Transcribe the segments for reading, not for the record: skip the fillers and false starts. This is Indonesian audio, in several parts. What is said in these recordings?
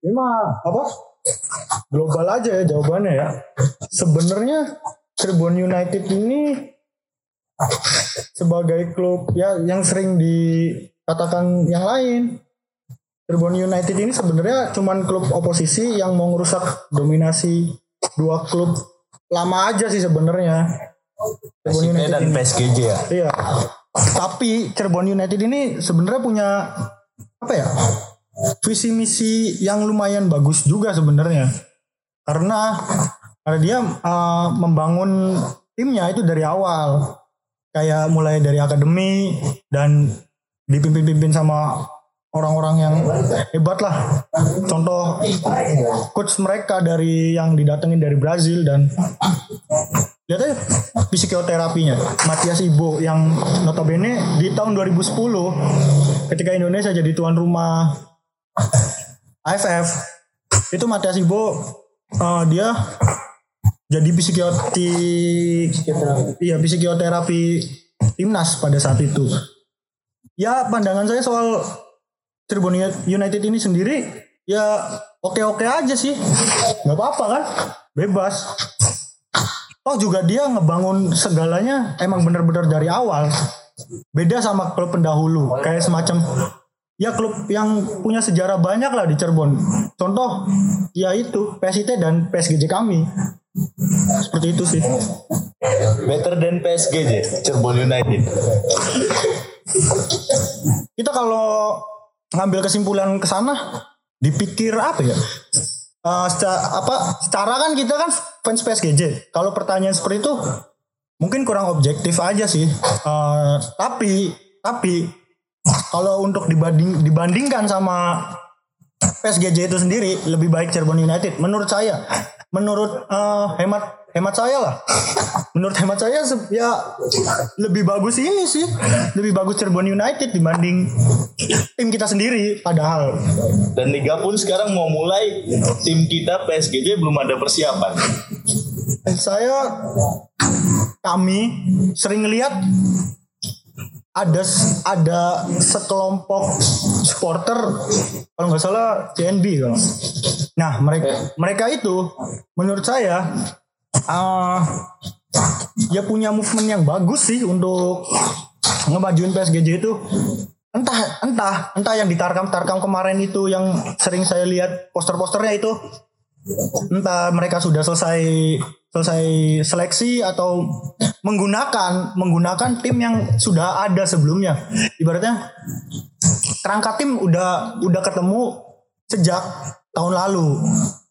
Ini mah apa? Global aja ya jawabannya ya. Sebenarnya Cirebon United ini sebagai klub ya yang sering dikatakan yang lain. Cirebon United ini sebenarnya cuman klub oposisi yang mau ngerusak dominasi dua klub lama aja sih sebenarnya. Cirebon United dan PSGJ ya. Iya. Tapi Cirebon United ini sebenarnya punya apa ya? Visi misi yang lumayan bagus juga sebenarnya. Karena dia membangun timnya itu dari awal. Kayak mulai dari akademi dan dipimpin-pimpin sama orang-orang yang hebat lah. Contoh coach mereka dari yang didatengin dari Brazil dan lihat aja psikoterapinya Matias Ibo yang notabene di tahun 2010 ketika Indonesia jadi tuan rumah AFF itu Matias Ibo dia jadi psikoterapi timnas pada saat itu. Ya pandangan saya soal Cirebon United ini sendiri ya oke-oke aja sih, nggak apa-apa kan, bebas. Toh juga dia ngebangun segalanya emang benar-benar dari awal. Beda sama klub pendahulu, kayak semacam ya klub yang punya sejarah banyak lah di Cirebon. Contoh ya itu PSIT dan PSGJ kami. Seperti itu sih. Better than PSGJ Cirebon United. Kita kalau ngambil kesimpulan ke sana dipikir apa ya? Secara kan kita kan fans PSGJ. Kalau pertanyaan seperti itu mungkin kurang objektif aja sih. Tapi kalau untuk dibandingkan sama PSGJ itu sendiri lebih baik Cirebon United menurut saya. Menurut hemat saya lah. Menurut hemat saya ya lebih bagus ini sih. Lebih bagus Cirebon United dibanding tim kita sendiri padahal. Dan liga pun sekarang mau mulai, tim kita PSGJ belum ada persiapan. Kami sering lihat ada sekelompok supporter kalau nggak salah CNB kalau. Nah mereka itu menurut saya ya punya movement yang bagus sih untuk ngemajuin PSGJ itu. Entah yang ditarkam kemarin itu yang sering saya lihat poster-posternya itu. Entah mereka sudah selesai seleksi atau menggunakan tim yang sudah ada sebelumnya. Ibaratnya kerangka tim udah ketemu sejak tahun lalu.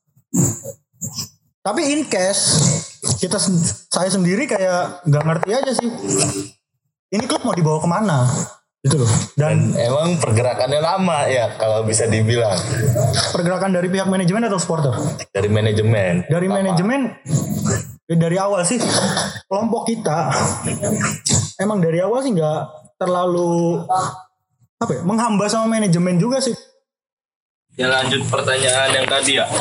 Tapi in case saya sendiri kayak nggak ngerti aja sih. Ini klub mau dibawa kemana? Gitu loh. Dan emang pergerakannya lama ya kalau bisa dibilang. Pergerakan dari pihak manajemen atau supporter? Dari manajemen. Dari manajemen dari awal sih kelompok kita emang dari awal sih nggak terlalu menghamba sama manajemen juga sih. Ya lanjut pertanyaan yang tadi ya.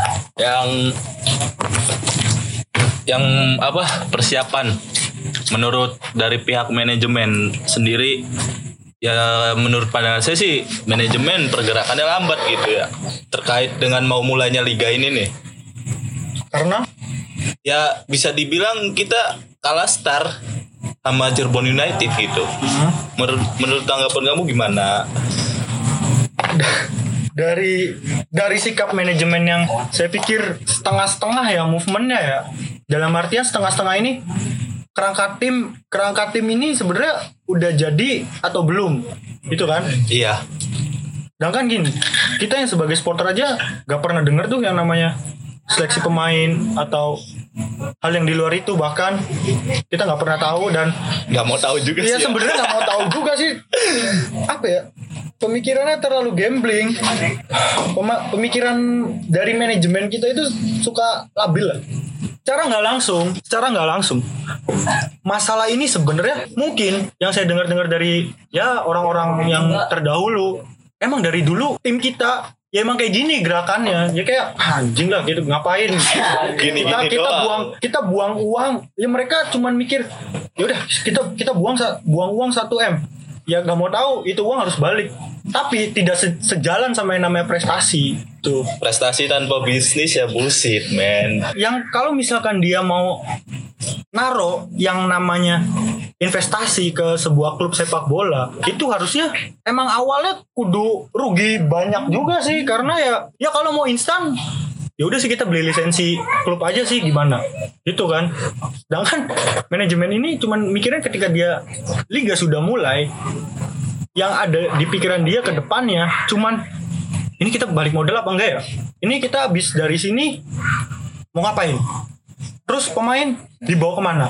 Yang persiapan menurut dari pihak manajemen sendiri. Ya menurut pandangan saya sih manajemen pergerakannya lambat gitu ya terkait dengan mau mulainya liga ini nih. Karena ya bisa dibilang kita kalah start sama Cirebon United gitu. Menurut tanggapan kamu gimana? Dari sikap manajemen yang saya pikir setengah-setengah ya movementnya ya. Dalam artian setengah-setengah ini kerangka tim ini sebenarnya udah jadi atau belum gitu kan? Iya. Dan kan gini, kita yang sebagai supporter aja gak pernah dengar tuh yang namanya seleksi pemain atau hal yang di luar itu, bahkan kita nggak pernah tahu dan nggak mau tahu juga sih. Iya sebenarnya nggak mau tahu juga sih. Apa ya? Pemikirannya terlalu gambling. Pemikiran dari manajemen kita itu suka labil lah. Secara nggak langsung. Masalah ini sebenarnya mungkin yang saya dengar dari ya orang-orang yang terdahulu. Emang dari dulu tim kita ya emang kayak gini gerakannya. Ya kayak anjing lah gitu, ngapain? kita buang uang. Ya mereka cuman mikir ya udah kita buang uang 1M. Ya nggak mau tahu itu uang harus balik. Tapi tidak sejalan sama yang namanya prestasi. Tuh. Prestasi tanpa bisnis ya bullshit, man. Yang kalau misalkan dia mau naro yang namanya investasi ke sebuah klub sepak bola, itu harusnya emang awalnya kudu rugi banyak juga sih, karena ya kalau mau instan ya udah sih kita beli lisensi klub aja sih, gimana gitu kan. Sedangkan manajemen ini cuman mikirnya ketika dia liga sudah mulai, yang ada di pikiran dia ke depannya cuman ini kita balik modal apa enggak ya, ini kita habis dari sini mau ngapain, terus pemain dibawa kemana.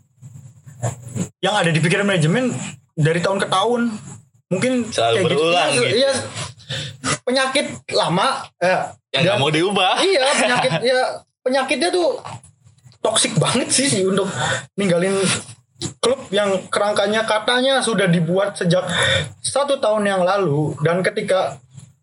Yang ada di pikiran manajemen dari tahun ke tahun mungkin selalu kayak berulang gitu. gitu. Iya, penyakit lama yang nggak mau diubah. Iya, penyakitnya tuh toksik banget sih untuk ninggalin klub yang kerangkanya katanya sudah dibuat sejak 1 tahun yang lalu, dan ketika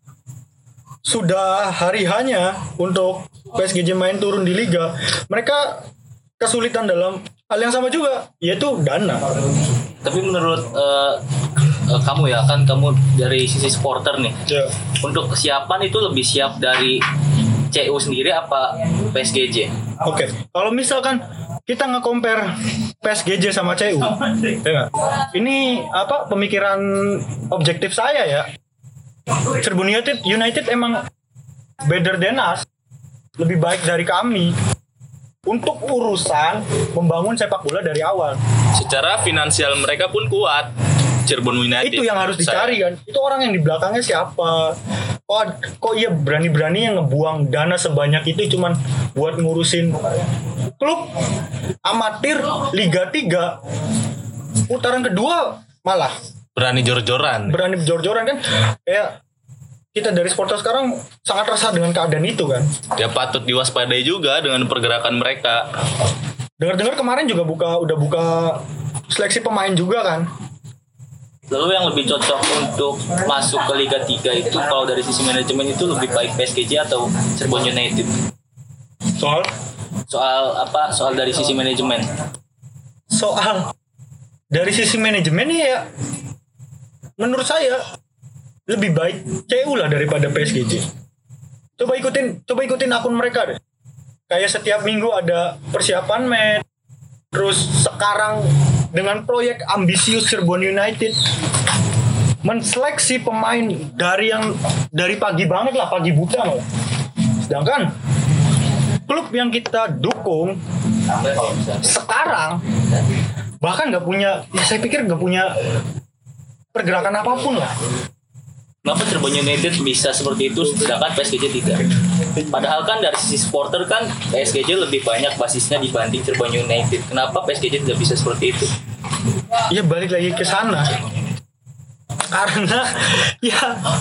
sudah hari hanya untuk PSGJ main turun di liga, mereka kesulitan dalam hal yang sama juga, yaitu dana. Tapi menurut kamu ya, kan kamu dari sisi supporter nih, untuk kesiapan itu lebih siap dari CU sendiri apa PSGJ? Oke, kalau misalkan kita nge-compare PSGJ sama CU, ya, ini apa pemikiran objektif saya ya. Cirebon United emang better than us, lebih baik dari kami untuk urusan membangun sepak bola dari awal. Secara finansial mereka pun kuat. Cirebon United Itu yang harus dicari kan. Itu orang yang di belakangnya siapa? Kok iya berani-berani yang ngebuang dana sebanyak itu cuman buat ngurusin klub amatir Liga 3 putaran kedua, malah berani jor-joran kan. Ya, kita dari supporter sekarang sangat resah dengan keadaan itu kan. Ya patut diwaspadai juga dengan pergerakan mereka. Dengar-dengar kemarin juga udah buka seleksi pemain juga kan. Lalu yang lebih cocok untuk masuk ke Liga 3 itu kalau dari sisi manajemen itu lebih baik PSGJ atau Cirebon United? Soal dari sisi manajemen. Soal dari sisi manajemen ya menurut saya lebih baik CU lah daripada PSGJ. Coba ikutin akun mereka deh. Kayak setiap minggu ada persiapan match. Terus sekarang dengan proyek ambisius Cirebon United menseleksi pemain dari pagi banget lah, pagi buta loh. Sedangkan klub yang kita dukung sekarang bahkan nggak punya, ya saya pikir nggak punya pergerakan apapun lah. Kenapa Cirebon United bisa seperti itu sedangkan PSGJ tidak? Padahal kan dari sisi supporter kan PSGJ lebih banyak basisnya dibanding Cirebon United. Kenapa PSGJ tidak bisa seperti itu? Ya balik lagi ke sana. Karena ya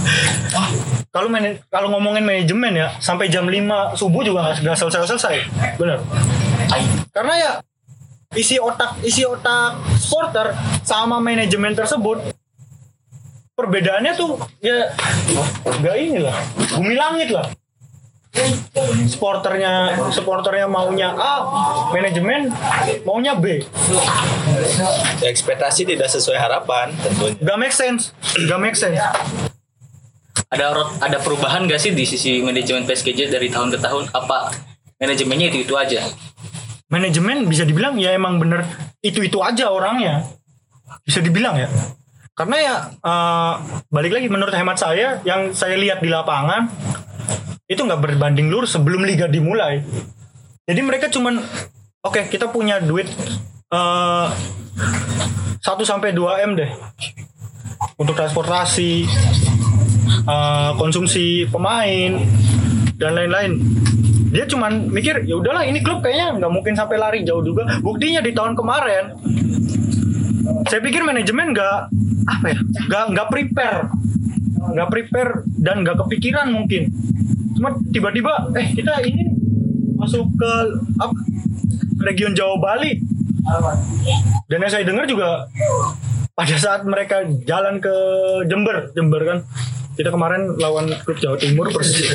kalau ngomongin manajemen ya sampai jam 5 subuh juga nggak selesai. Benar. Karena ya isi otak supporter sama manajemen tersebut perbedaannya tuh ya nggak inilah, bumi langit lah. Supporternya maunya A, manajemen maunya B. Ekspektasi tidak sesuai harapan tentunya. Gak make sense. Ada perubahan gak sih di sisi manajemen PSGJ dari tahun ke tahun? Apa manajemennya itu aja? Manajemen bisa dibilang ya emang bener itu aja orangnya, bisa dibilang ya. Karena ya balik lagi menurut hemat saya yang saya lihat di lapangan itu nggak berbanding lurus sebelum liga dimulai. Jadi mereka cuman oke, kita punya duit 1-2 M deh untuk transportasi, konsumsi pemain dan lain-lain. Dia cuman mikir ya udahlah ini klub kayaknya nggak mungkin sampai lari jauh juga. Buktinya di tahun kemarin saya pikir manajemen nggak prepare dan nggak kepikiran mungkin. Cuma tiba-tiba kita ini masuk ke region Jawa Bali. Dan yang saya dengar juga pada saat mereka jalan ke Jember kan, kita kemarin lawan klub Jawa Timur Persis.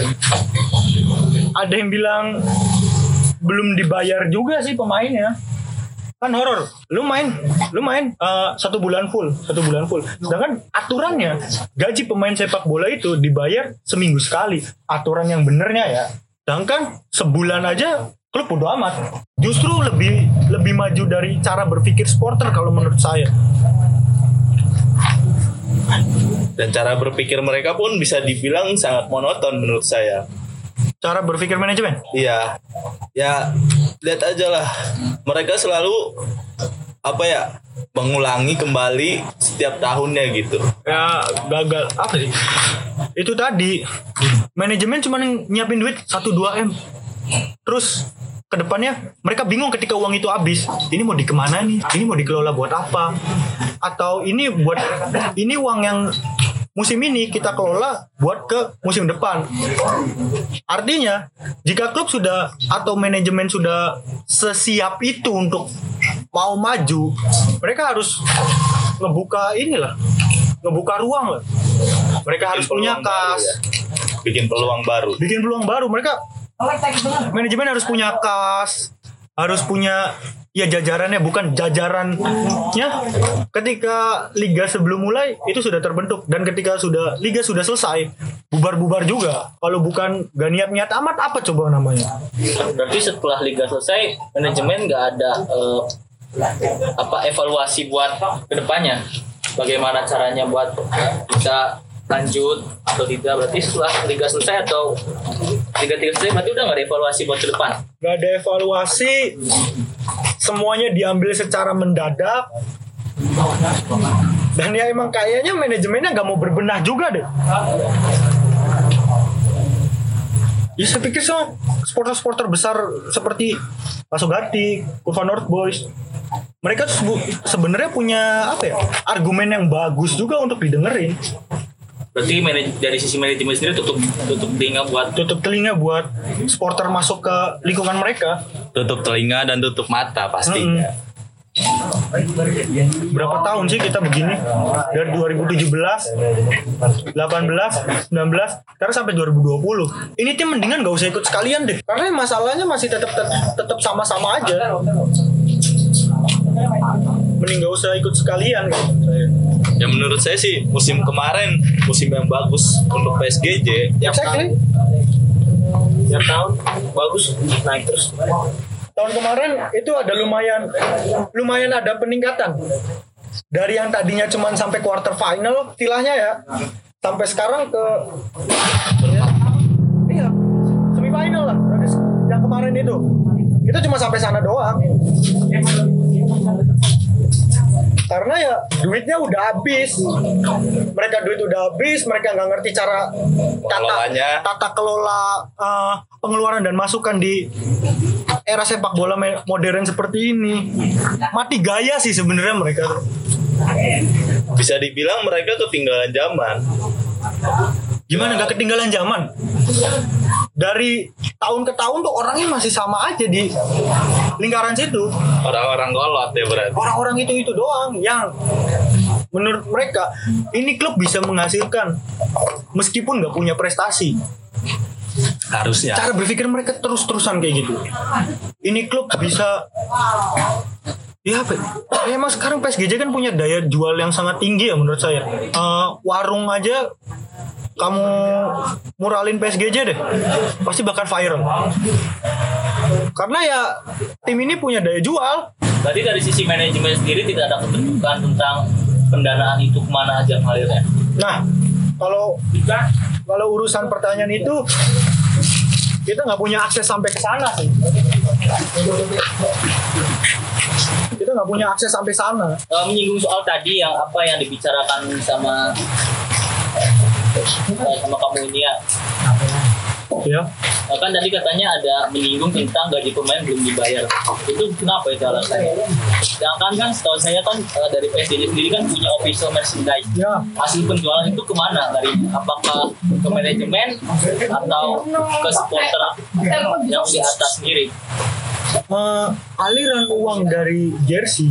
Ada yang bilang belum dibayar juga sih pemainnya. kan horor. Lu main 1 bulan full. Sedangkan aturannya gaji pemain sepak bola itu dibayar seminggu sekali. Aturan yang benernya ya. Sedangkan sebulan aja klub bodo amat. Justru lebih maju dari cara berpikir supporter kalau menurut saya. Dan cara berpikir mereka pun bisa dibilang sangat monoton menurut saya. Cara berpikir manajemen? Iya. Ya, lihat aja lah. Mereka selalu mengulangi kembali setiap tahunnya gitu. Ya gagal apa sih? Itu tadi manajemen cuma nyiapin duit 1-2 M. Terus kedepannya mereka bingung ketika uang itu habis. Ini mau dikemana nih? Ini mau dikelola buat apa? Atau ini uang yang musim ini kita kelola buat ke musim depan. Artinya jika klub sudah atau manajemen sudah sesiap itu untuk mau maju, mereka harus ngebuka ruang lah. Mereka harus punya kas, bikin peluang baru. Mereka manajemen harus punya kas, harus punya jajarannya, bukan jajarannya ketika liga sebelum mulai itu sudah terbentuk, dan ketika liga sudah selesai bubar-bubar juga. Kalau bukan gak niat amat, apa coba namanya? Berarti setelah liga selesai manajemen nggak ada evaluasi buat kedepannya, bagaimana caranya buat kita lanjut atau tidak. Berarti setelah liga selesai atau liga selesai berarti udah nggak ada evaluasi buat ke depan? Nggak ada evaluasi, semuanya diambil secara mendadak. Dan ya emang kayaknya manajemennya nggak mau berbenah juga deh. Ya saya pikir supporter besar seperti Pasogati, Kurva North Boys, mereka sebenarnya punya argumen yang bagus juga untuk didengerin. Berarti dari sisi manajemen sendiri tutup telinga buat supporter masuk ke lingkungan mereka. Tutup telinga dan tutup mata pastinya. Berapa tahun sih kita begini? Dari 2017, 18, 19, sekarang sampai 2020. Ini tim mendingan gak usah ikut sekalian deh, karena masalahnya masih tetap sama-sama aja. Mending gak usah ikut sekalian gitu. Ya menurut saya sih musim kemarin musim yang bagus untuk PSGJ. Exactly. Tiap tahun bagus, naik terus. Tahun kemarin itu ada lumayan ada peningkatan. Dari yang tadinya cuma sampai quarter final istilahnya ya, sampai sekarang ke semifinal lah. Yang kemarin itu kita cuma sampai sana doang. Karena ya duitnya udah habis. Mereka duit udah habis, mereka nggak ngerti cara tata kelola pengeluaran dan masukan di era sepak bola modern seperti ini. Mati gaya sih sebenarnya mereka. Bisa dibilang mereka ketinggalan zaman. Gimana nggak ketinggalan zaman? Dari tahun ke tahun tuh orangnya masih sama aja di lingkaran situ. Orang-orang kolot ya berarti. Orang-orang itu doang yang menurut mereka ini klub bisa menghasilkan meskipun nggak punya prestasi. Harusnya. Cara berpikir mereka terus-terusan kayak gitu. Ini klub bisa. Ya emang sekarang PSGJ kan punya daya jual yang sangat tinggi ya menurut saya. Warung aja kamu muralin PSGJ deh, pasti bakal viral. Karena ya tim ini punya daya jual. Berarti dari sisi manajemen sendiri tidak ada ketentuan tentang pendanaan itu kemana aja mengalirnya. Nah, kalau urusan pertanyaan itu kita nggak punya akses sampai ke sana sih. Kita nggak punya akses sampai sana. Menyinggung soal tadi yang dibicarakan sama kamu ini ya. Kan tadi katanya ada menyinggung tentang gaji pemain belum dibayar. Itu kenapa itu alasannya? Sedangkan kan setahu saya kan dari PSGJ sendiri kan punya official merchandise. Ya. Hasil penjualan itu kemana? Apakah ke manajemen atau ke supporter yang di atas sendiri? Aliran uang dari jersey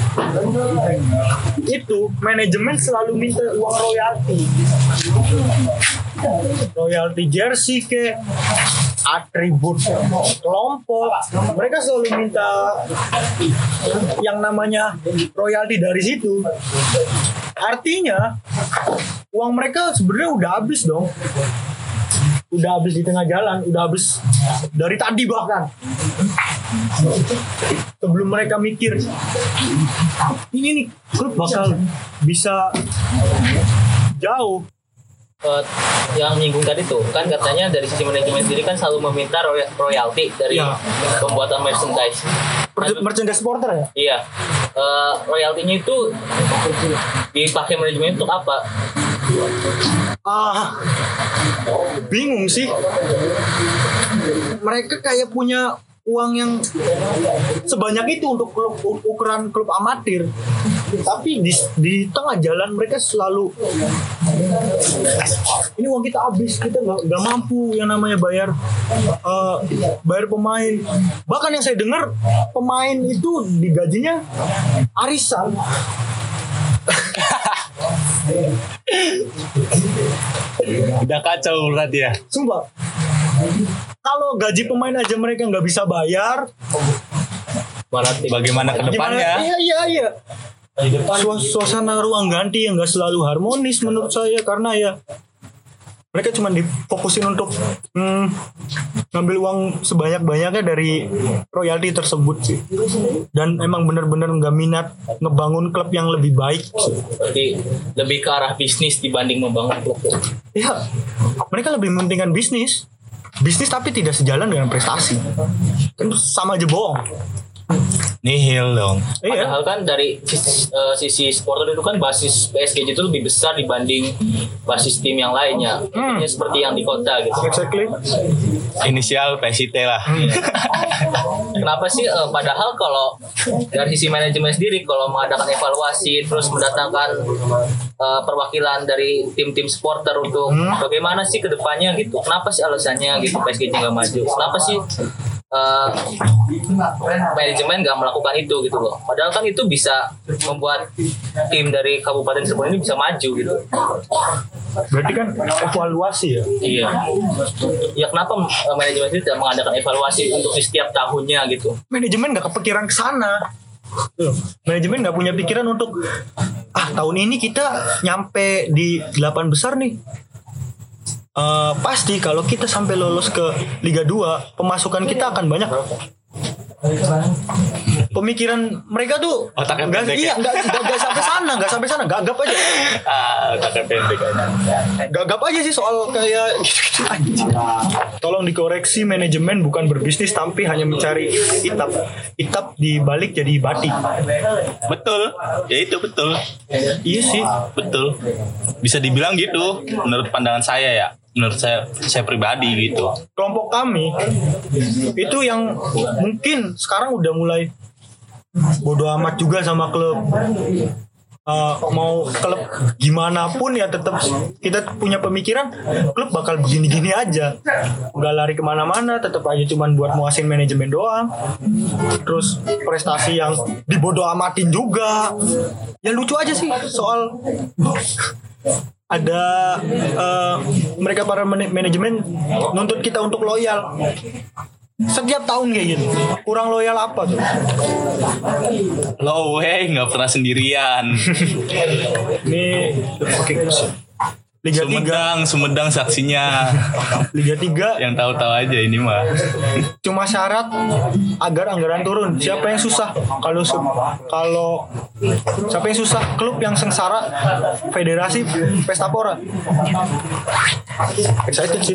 itu manajemen selalu minta uang royalti jersey ke atribut kelompok. Mereka selalu minta yang namanya royalti dari situ. Artinya uang mereka sebenarnya udah habis dong. Udah habis di tengah jalan, udah habis dari tadi bahkan. Sebelum mereka mikir ini nih klub bakal bisa jauh. Yang nyinggung tadi tuh kan katanya dari sisi manajemen sendiri kan selalu meminta royalti dari pembuatan merchandise. Merchandise supporter ya? Iya. Royaltinya itu dipakai manajemen untuk apa? Bingung sih. Mereka kayak punya uang yang sebanyak itu untuk ukuran klub amatir, tapi di tengah jalan mereka selalu ini uang kita habis, kita nggak mampu yang namanya bayar pemain. Bahkan yang saya dengar pemain itu digajinya arisan. Udah kacau berarti ya. Sumpah. Kalau gaji pemain aja mereka nggak bisa bayar, bagaimana ke depannya? Iya. Suasana ruang ganti yang nggak selalu harmonis menurut saya, karena ya mereka cuma difokusin untuk ngambil uang sebanyak-banyaknya dari royalti tersebut sih. Dan emang benar-benar nggak minat ngebangun klub yang lebih baik. Berarti lebih ke arah bisnis dibanding membangun klub. Iya, mereka lebih mementingkan bisnis tapi tidak sejalan dengan prestasi. Kan sama aja bohong. Nihil dong. Padahal kan dari sisi supporter itu kan basis PSG itu lebih besar dibanding basis tim yang lainnya. Ini seperti yang di kota gitu. Exactly. Inisial PSIT lah. Kenapa sih? Padahal kalau dari sisi manajemen sendiri kalau mengadakan evaluasi terus mendatangkan perwakilan dari tim-tim supporter untuk bagaimana sih kedepannya gitu. Kenapa sih alasannya gitu PSG nggak maju? Kenapa sih manajemen nggak melakukan itu gitu loh? Padahal kan itu bisa membuat tim dari Kabupaten Cirebon ini bisa maju gitu. Berarti kan evaluasi ya? Iya. Ya kenapa manajemen itu tidak mengadakan evaluasi untuk di setiap tahunnya gitu? Manajemen nggak kepikiran ke sana. Manajemen nggak punya pikiran untuk tahun ini kita nyampe di 8 besar nih. Pasti kalau kita sampai lolos ke Liga 2, pemasukan kita akan banyak. Pemikiran mereka tuh nggak sampai sana, gagap aja. Otaknya pendek aja. Gagap aja sih soal kayak gitu. Tolong dikoreksi, manajemen bukan berbisnis tapi hanya mencari itap di balik jadi batik. Betul. Ya itu betul. Iya sih, betul. Bisa dibilang gitu menurut pandangan saya ya. Menurut saya pribadi gitu. Kelompok kami itu yang mungkin sekarang udah mulai bodo amat juga sama klub. Mau klub gimana pun ya tetap kita punya pemikiran klub bakal begini-gini aja, nggak lari kemana-mana, tetap aja cuman buat muasin manajemen doang. Terus prestasi yang dibodo amatin juga. Ya lucu aja sih soal ada mereka para manajemen nuntut kita untuk loyal setiap tahun kayak gitu. Kurang loyal apa tuh? Low way nggak pernah sendirian. Ini oke. Liga Sumedang saksinya. Liga 3 yang tahu-tahu aja ini mah. Cuma syarat agar anggaran turun. Siapa yang susah? Kalau siapa yang susah? Klub yang sengsara, federasi, Pestapora. Excited sih.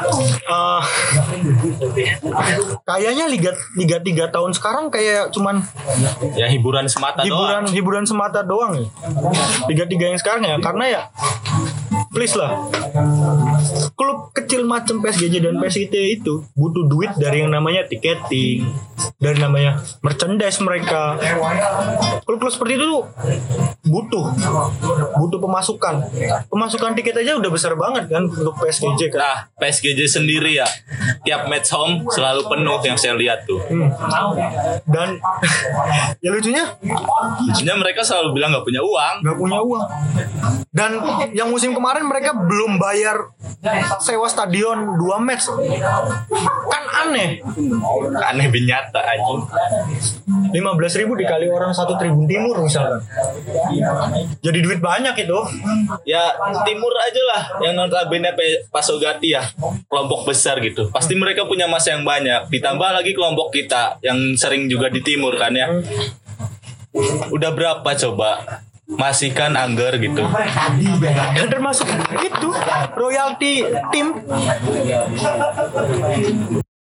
Kayaknya Liga 3 tahun sekarang kayak cuman ya hiburan semata doang ya. Liga 3 yang sekarang ya, karena ya please lah, klub kecil macam PSG dan PSIT itu butuh duit dari yang namanya tiketing, dari namanya merchandise mereka. Klub-klub seperti itu tuh butuh pemasukan tiket aja udah besar banget kan untuk PSG kan. Nah, PSG sendiri ya tiap match home selalu penuh yang saya lihat tuh. Dan ya lucunya mereka selalu bilang nggak punya uang. Dan yang musim kemarin mereka belum bayar sewa stadion 2 match. Kan aneh. Aneh binyata anjing. 15.000 dikali orang 1 Tribun Timur misalkan. Jadi duit banyak itu. Ya timur aja lah yang notabene Pasogati ya, kelompok besar gitu. Pasti mereka punya masa yang banyak. Ditambah lagi kelompok kita yang sering juga di timur kan ya. Udah berapa coba? Masih kan anggar gitu. Dan termasuk itu royalti tim.